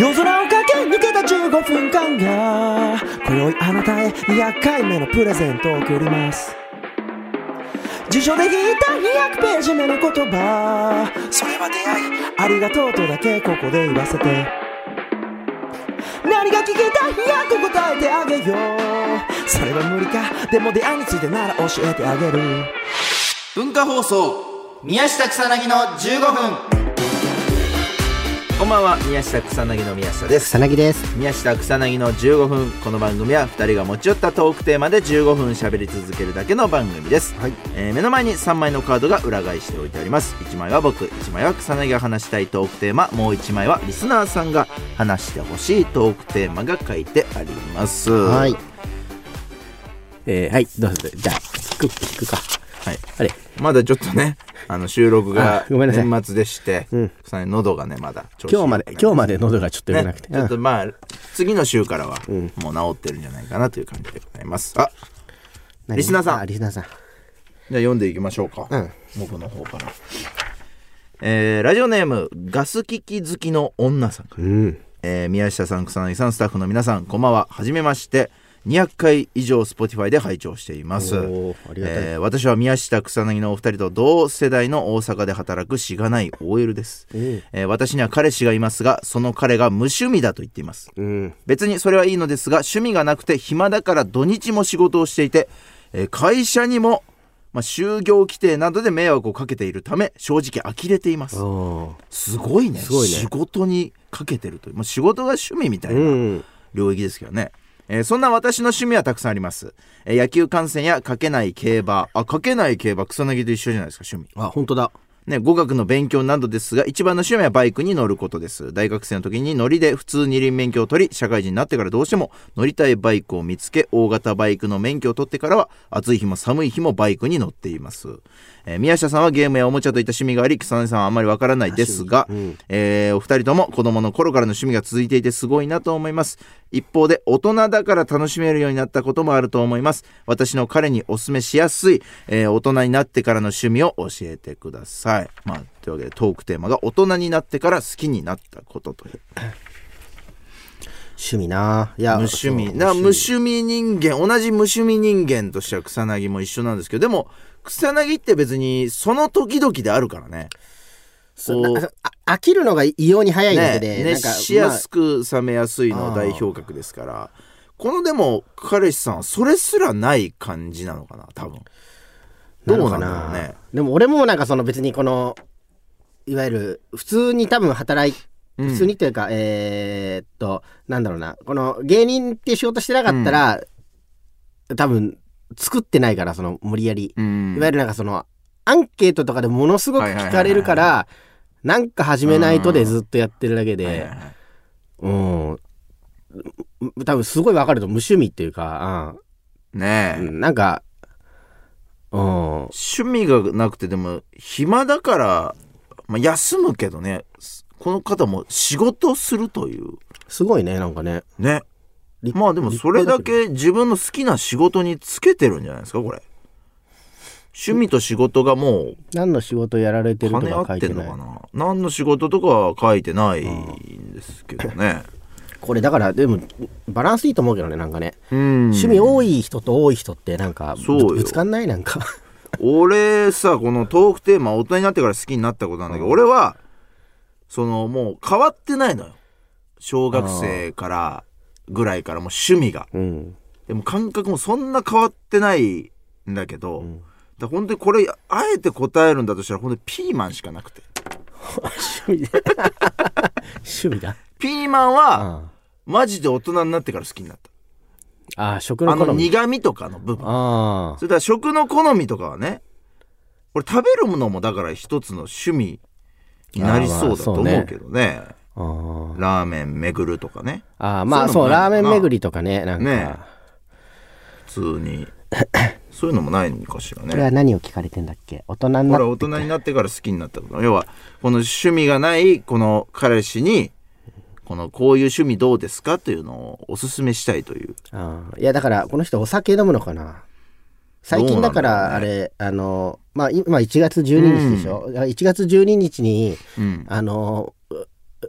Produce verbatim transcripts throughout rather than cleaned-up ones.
夜空を駆け抜けたじゅうごふんかんが今宵あなたへにひゃっかいめのプレゼントを贈ります。辞書で引いたにひゃくページ目の言葉、それは出会いありがとうとだけここで言わせて。何が聞きたいやと答えてあげよう。それは無理か、でも出会いについてなら教えてあげる。 文化放送宮下草薙のじゅうごふん。こんばんは、宮下草薙の宮下です。 草薙です。 宮下草薙のじゅうごふん。この番組はふたりが持ち寄ったトークテーマでじゅうごふん喋り続けるだけの番組です、はい。えー、目の前にさんまいのカードが裏返しておいてあります。いちまいは僕、いちまいは草薙が話したいトークテーマ、もういちまいはリスナーさんが話してほしいトークテーマが書いてあります。 はい、えー、はい、どうぞ。じゃあ聞く聞くか。 はい、あれまだちょっとね、あの収録が年末でして、 うん、 喉がねまだ調子今日まで今日まで喉がちょっと良くなくて、 ね、ちょっとまあ次の週からはもう治ってるんじゃないかなという感じでございます。あ、リスナーさん、 あリスナーさん、 じゃあ読んでいきましょうか、 うん、 僕の方から、えー、ラジオネームガス機器好きの女さんから、 うんえー、宮下さん、草薙さん、スタッフの皆さん、こんばんは。はじめまして。にひゃっかい以上 Spotify で拝聴しています。 おありがたい、 えー、私は宮下草薙のお二人と同世代の大阪で働くしがない オーエル です、 うんえー、私には彼氏がいますが、その彼が無趣味だと言っています、 うん、 別にそれはいいのですが、趣味がなくて暇だから土日も仕事をしていて、えー、会社にも、まあ、就業規定などで迷惑をかけているため正直呆れています。すごいね、 すごいね、 仕事にかけてるという、まあ、仕事が趣味みたいな領域ですけどね、えー、そんな私の趣味はたくさんあります、えー、野球観戦やかけない競馬、あ、かけない競馬草薙と一緒じゃないですか、趣味。 あ、本当だね、語学の勉強などですが、一番の趣味はバイクに乗ることです。大学生の時に乗りで普通二輪免許を取り、社会人になってからどうしても乗りたいバイクを見つけ、大型バイクの免許を取ってからは暑い日も寒い日もバイクに乗っています、えー、宮下さんはゲームやおもちゃといった趣味があり、草薙さんはあんまりわからないですが、うん、えー、お二人とも子供の頃からの趣味が続いていてすごいなと思います。一方で大人だから楽しめるようになったこともあると思います。私の彼にお勧めしやすい、えー、大人になってからの趣味を教えてください。まあ、というわけでトークテーマが大人になってから好きになったことという。 趣味な、いや無趣味な、無趣味人間、同じ無趣味人間としては草薙も一緒なんですけど、でも草薙って別にその時々であるからね。 そう飽きるのが異様に早いだけで、 ね、熱しやすく冷めやすいの代表格ですから、このでも彼氏さんはそれすらない感じなのかな、多分。どうなんだろうね。 でも俺もなんかその別にこのいわゆる普通に多分働い普通にというか、うん、えー、っとなんだろうな、この芸人っていう仕事してなかったら、うん、多分作ってないから、その無理やり、うん、いわゆるなんかそのアンケートとかでものすごく聞かれるから、はいはいはいはい、なんか始めないとでずっとやってるだけで、はいはいはい、うん、多分すごいわかると、無趣味っていうか、 うん、ねえ、 うん、なんか、うん、 趣味がなくて、でも暇だから、まあ、休むけどね、この方も仕事するという、 すごいね、なんかね、 ね、まあでもそれだけ自分の好きな仕事につけてるんじゃないですか、これ。趣味と仕事がもう何の仕事やられてるとか書いてない。 金合ってんのかな。何の仕事とかは書いてないんですけどね。 これだからでもバランスいいと思うけどね、なんかね、うん、趣味多い人と多い人ってなんか ぶ, ぶつかんない、なんか俺さ、このトークテーマ大人になってから好きになったことなんだけど、うん、俺はそのもう変わってないのよ、小学生からぐらいからもう趣味が、うん、でも感覚もそんな変わってないんだけど、うん、だ本当にこれあえて答えるんだとしたら本当にピーマンしかなくて趣味趣味だ。 ピーマンはマジで大人になってから好きになった。 ああ、食の好み、 あの苦味とかの部分、あ、それから食の好みとかはね、これ食べるものもだから一つの趣味になりそうだと思うけどね。あ、あ、ラーメン巡るとかね。 ああ、まあそう、ラーメン巡りとかね、なんかね、 普通にそういうのもないのかしらね。 これは何を聞かれてんだっけ。大人になって、これは大人になってから好きになったこと。要はこの趣味がないこの彼氏に、このこういう趣味どうですかというのをおすすめしたいという。 あ、いやだからこの人お酒飲むのかな最近。だからあれ、あのまあ今いちがつじゅうににちでしょ、うん、いちがつじゅうににちに、うん、あの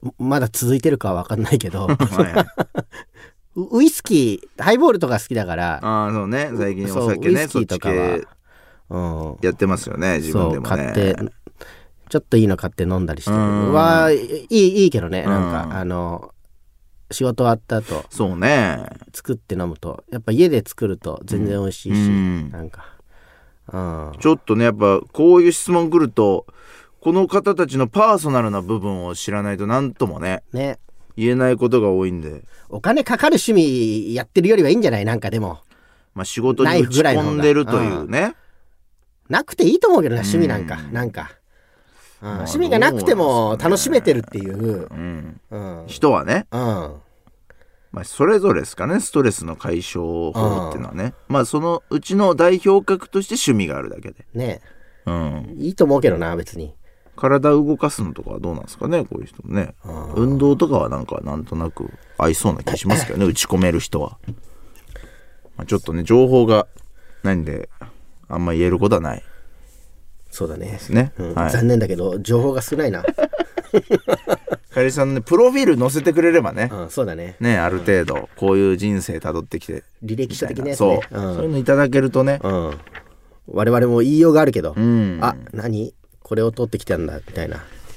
まだ続いてるかは分かんないけど、 はいはいウウイスキーハイボールとか好きだから、 ああそうね、最近お酒ね、 そうウイスキーとかはそっち系うんやってますよね、自分でもね。 そう買ってちょっといいの買って飲んだりしてる。 うんわーいいいいいけどね、なんか、 うんあの仕事終わった後そうね、 作って飲むとやっぱ家で作ると全然美味しいし、 うんなんか、うん、 ちょっとねやっぱこういう質問来るとこの方たちのパーソナルな部分を知らないと何ともねね、 言えないことが多いんで、 お金かかる趣味やってるよりはいいんじゃない？なんかでもまあ仕事に打ち込んでるというね、 なくていいと思うけどな、趣味なんか、 うんなんか、うん、 まあ趣味がなくても楽しめてるっていう、 うんうん人はね、 うん、 まあ、それぞれですかね、ストレスの解消法っていうのはね、まあそのうちの代表格として趣味があるだけで、 ね、 うん、 いいと思うけどな別に。 体を動かすのとかはどうなんですかね、こういう人もね。運動とかはなんかなんとなく合いそうな気しますけどね、打ち込める人は。まあ、ちょっとね情報がないんであんま言えることはないそうだねですね、 うんはい、 残念だけど情報が少ないな。 かりさんのねプロフィール載せてくれればね、 うん、そうだね。 ねある程度こういう人生たどってきて履歴書的なやつそう、 ね。 うん、そういうのいただけるとね、 うん、我々も言いようがあるけど、 うん、 あ、何これを取ってきたんだみたいな。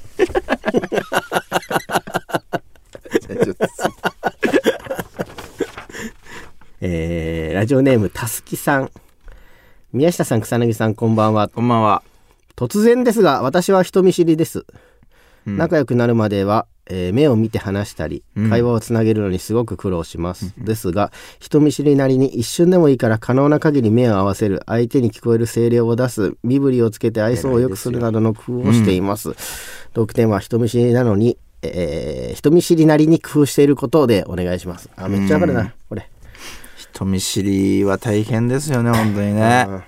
えー、ラジオネームたすきさん、宮下さん、草薙さん、こんばんは。 こんばんは。 突然ですが私は人見知りです、うん、仲良くなるまでは、えー、目を見て話したり、うん、会話をつなげるのにすごく苦労します、うん、ですが人見知りなりに一瞬でもいいから可能な限り目を合わせる、相手に聞こえる声量を出す、身振りをつけて愛想を良くするなどの工夫をしています、うん、トークテーマは人見知りなのに、えー、人見知りなりに工夫していることでお願いします。あ、めっちゃわかるな、うん、これ。 人見知りは大変ですよね本当にね、うん、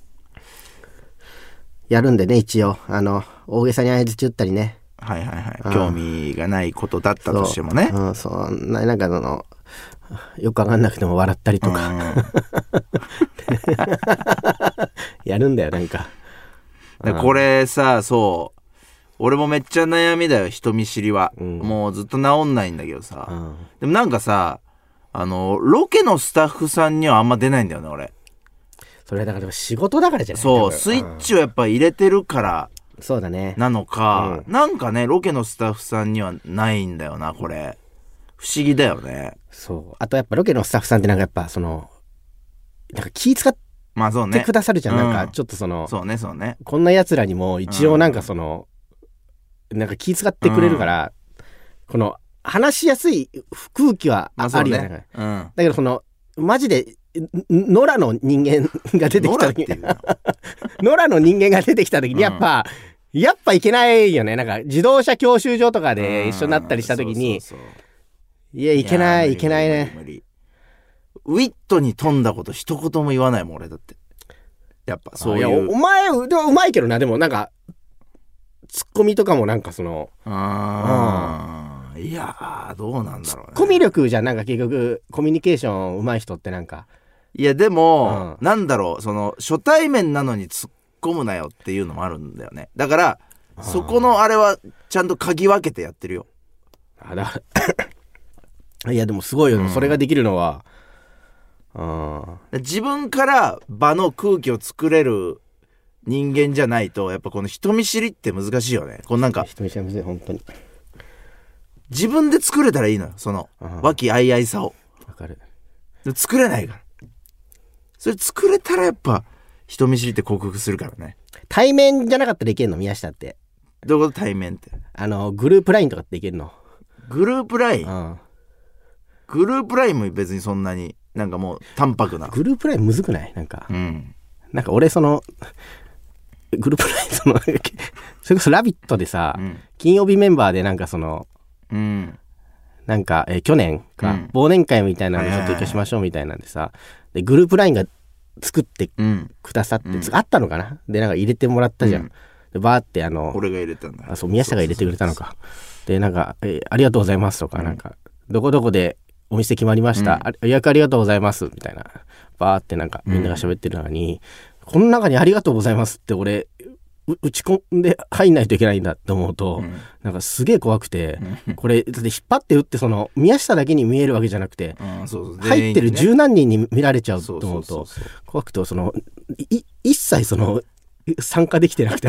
やるんでね、一応あの大げさに相槌打ったりね、 はいはいはい、興味がないことだったとしてもね、 そう、うん、そうな、なんかそのよくわかんなくても笑ったりとか、うん、やるんだよなんか。 でこれさ、そう俺もめっちゃ悩みだよ人見知りは、うん、もうずっと治んないんだけどさ、うん、でもなんかさあのロケのスタッフさんにはあんま出ないんだよね俺。 それだから仕事だからじゃない。 そうスイッチをやっぱ入れてるからそうだねなのか、うん、なんかねロケのスタッフさんにはないんだよなこれ。不思議だよね。 そうあとやっぱロケのスタッフさんってなんかやっぱそのなんか気使ってまあそうねくださるじゃん、なんかちょっとその、 うん、そうねそうねこんなやつらにも一応なんかその、うん、なんか気使ってくれるから、うん、この話しやすい空気はあるよね、ね、うん、だけどそのマジで野良の人間が出てきた時に野良の人間が出てきた時にやっぱ、うん、やっぱいけないよね。なんか自動車教習所とかで一緒になったりした時に、うん、そうそうそう、いやいけないいけないね。無理無理ウィットに富んだこと一言も言わないもん俺だって。やっぱそういう。いやお前でもうまいけどな。でもなんかツッコミとかもなんかそのあ、うん、いやーどうなんだろうね。 ツッコミ力じゃなんか結局コミュニケーション上手い人ってなんかいやでも、うん、なんだろうその初対面なのに突っ込むなよっていうのもあるんだよね。だからそこのあれはちゃんと嗅ぎ分けてやってるよ。 あだいやでもすごいよ、うん、それができるのはあ自分から場の空気を作れる人間じゃないとやっぱこの人見知りって難しいよね。このなんか人見知りは難しい本当に。 自分で作れたらいいのよその和気あいあいさを。 わかる。 作れないからそれ作れたらやっぱ人見知りって克服するからね。 対面じゃなかったらいけんの宮下って。 どういうこと対面って。 あのグループラインとかっていけんの。 グループライン、 うん、 グループラインも別にそんなになんかもう淡白な。 グループラインむずくないなんか、 うん、 なんか俺そのグループラインそのそれこそラビットでさ、うん、金曜日メンバーでなんかその、 うん、 なんか、えー、去年か、うん、忘年会みたいなのちょっと一回しましょうみたいなんでさ、でグループラインが作ってくださって、うん、あったのかなでなんか入れてもらったじゃん、うん、でバーってあの俺が入れたんだ。 あそう宮下が入れてくれたのか。でなんか、えー、ありがとうございますとか、うん、なんかどこどこでお店決まりました、うん、予約ありがとうございますみたいなバーってなんかみんなが喋ってる中に、うん、この中にありがとうございますって俺打ち込んで入んないといけないんだって思うと、 うん、 なんかすげえ怖くて、うん、これだって引っ張って打ってその宮下だけに見えるわけじゃなくて、うん、そうそう入ってる十何人に見られちゃうと思うと怖くて、そのい一切その参加できてなくて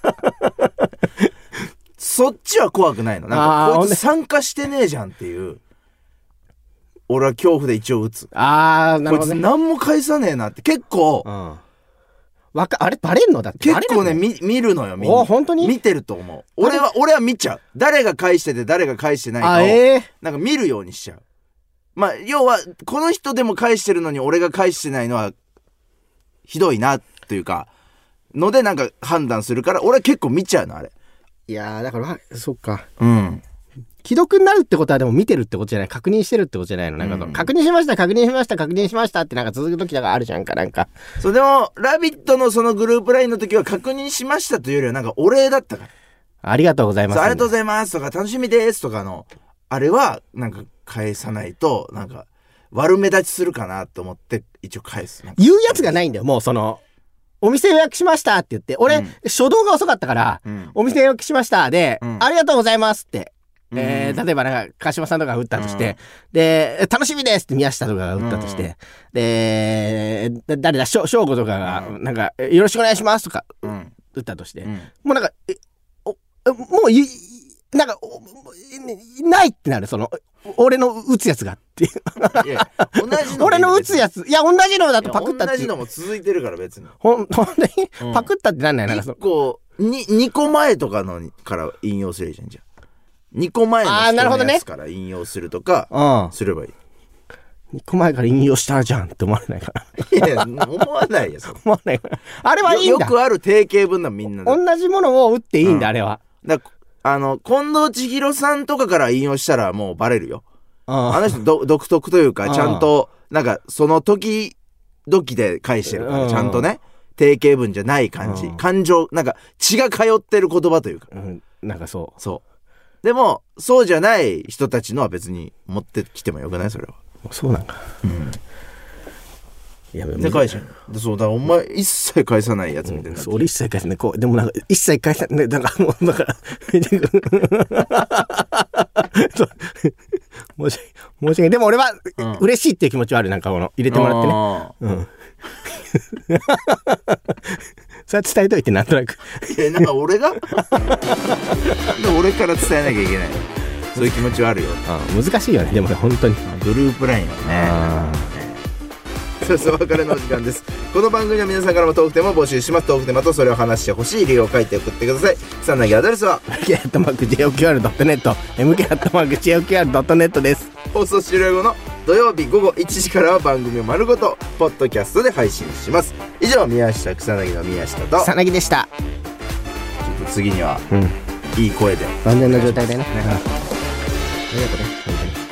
そっちは怖くないの。なんかこいつ参加してねえじゃんっていう。俺は恐怖で一応打つ。 あーなるほどね。 こいつ何も返さねえなって結構、うん、 わかあれバレんのだって結構ね 見, 見るのよみんな。 本当に見てると思う。俺は俺は見ちゃう。誰が返してて誰が返してないかを、えー、なんか見るようにしちゃう。まあ要はこの人でも返してるのに俺が返してないのはひどいなというかのでなんか判断するから俺は結構見ちゃうのあれ。 いやーだからそっか。 うん。 既読になるってことはでも見てるってことじゃない、確認してるってことじゃないの。なんか、うん、確認しました確認しました確認しましたってなんか続く時だからあるじゃんかなんか。 そうでもラビットのそのグループラインの時は確認しましたというよりはなんかお礼だったから。 ありがとうございます、ね、 ありがとうございますとか楽しみですとかのあれはなんか返さないとなんか悪目立ちするかなと思って一応返す。 言うやつがないんだよもうその。お店予約しましたって言って俺、うん、初動が遅かったから、うん、お店予約しましたで、うん、ありがとうございますって、えー、例えばなんか鹿島さんとかが打ったとして、うん、で楽しみですって宮下とかが打ったとして、うん、で誰だ翔吾とかがなんかよろしくお願いしますとか、うん、打ったとして、うん、もうなんかえおもういなんかないってなるその俺の打つやつがっていういや同じの俺の打つやついや同じのだとパクったって同じのも続いてるから別にほんとに、うん、パクったってなんないなんかいっこににこまえとかのから引用すればいいじゃん。じゃあにこまえの人のやつから引用するとかすればいい。 にこまえから引用したじゃんって思われないからいや思わないよそ思わないからあれはいいんだ。 よくある定型文だみんなで同じものを打っていいんだ、うん、あれはだあの近藤千尋さんとかから引用したらもうバレるよ。あ, あの人ど独特というかちゃんとなんかその時々で返してるからちゃんとね定型文じゃない感じ感情なんか血が通ってる言葉というか、うん、 なんかそうそうでもそうじゃない人たちのは別に持ってきてもよくないそれは。 そうなんか、うん、 いやで返しゃでそうだお前一切返さないやつみたいな、 うん、俺一切返さないこうでもなんか一切返さないなんかもうだから申し訳ないでも俺は、うん、嬉しいっていう気持ちはあるなんかこの入れてもらってね、うん、それは伝えといてなんとなくいやなんか俺がなんで俺から伝えなきゃいけないそういう気持ちはあるよ。 ああ難しいよねでもね本当にグループラインはね。そろそろお別れの時間です。この番組は皆さんからもトークテーマを募集します。トークテーマとそれを話してほしい理由を書いて送ってください。さんなぎアドレスはエムケーアットマークジェイオーキューアールドットネット エムケーアットマークジェイオーキューアールドットネット です。 放送終了後の土曜日午後いちじからは番組を丸ごとポッドキャストで配信します。以上宮下草薙の宮下と草薙でした。 ちょっと次には、うん、いい声で万全な状態でね、ね、ありがとうね本当に。